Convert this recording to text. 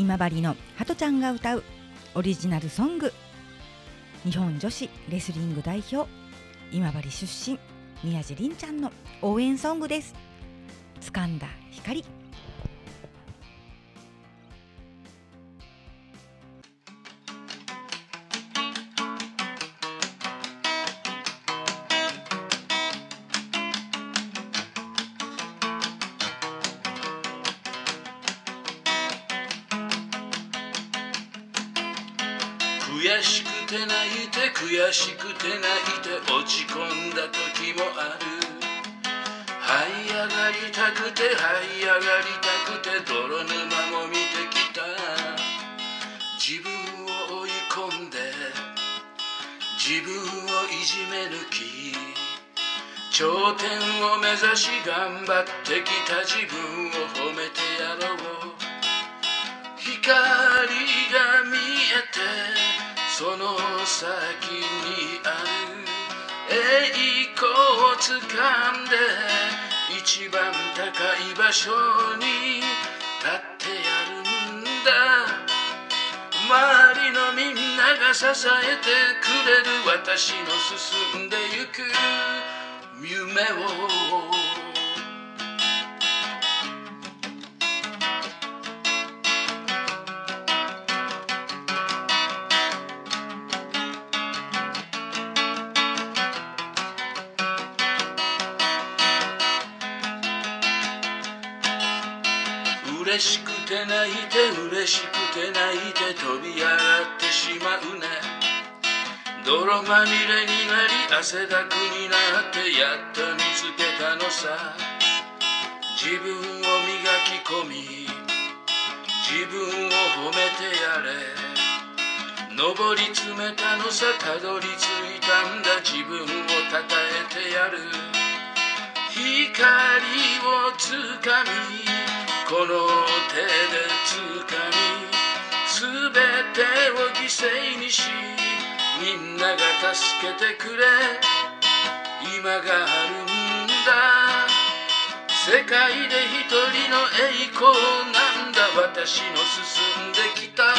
今治のハトちゃんが歌うオリジナルソング、日本女子レスリング代表今治出身宮地凛ちゃんの応援ソングです。掴んだ光。 悔しくて泣いて悔しくて泣いて落ち込んだ時もある。這い上がりたくて這い上がりたくて泥沼も見てきた。自分を追い込んで自分をいじめ抜き頂点を目指し頑張ってきた自分を褒めてやろう。光が見えてその先にある栄光をつかんで一番高い場所に立ってやるんだ。周りのみんなが支えてくれる私の進んでゆく夢を。嬉しくて泣いて嬉しくて泣いて飛び上がってしまうね。泥まみれになり汗だくになってやっと見つけたのさ。自分を磨き込み自分を褒めてやれ。上り詰めたのさたどり着いたんだ。自分をたたえてやる。光をつかみこの手でつかみすべてを犠牲にしみんなが助けてくれ今があるんだ。世界で一人の栄光なんだ私の進んできた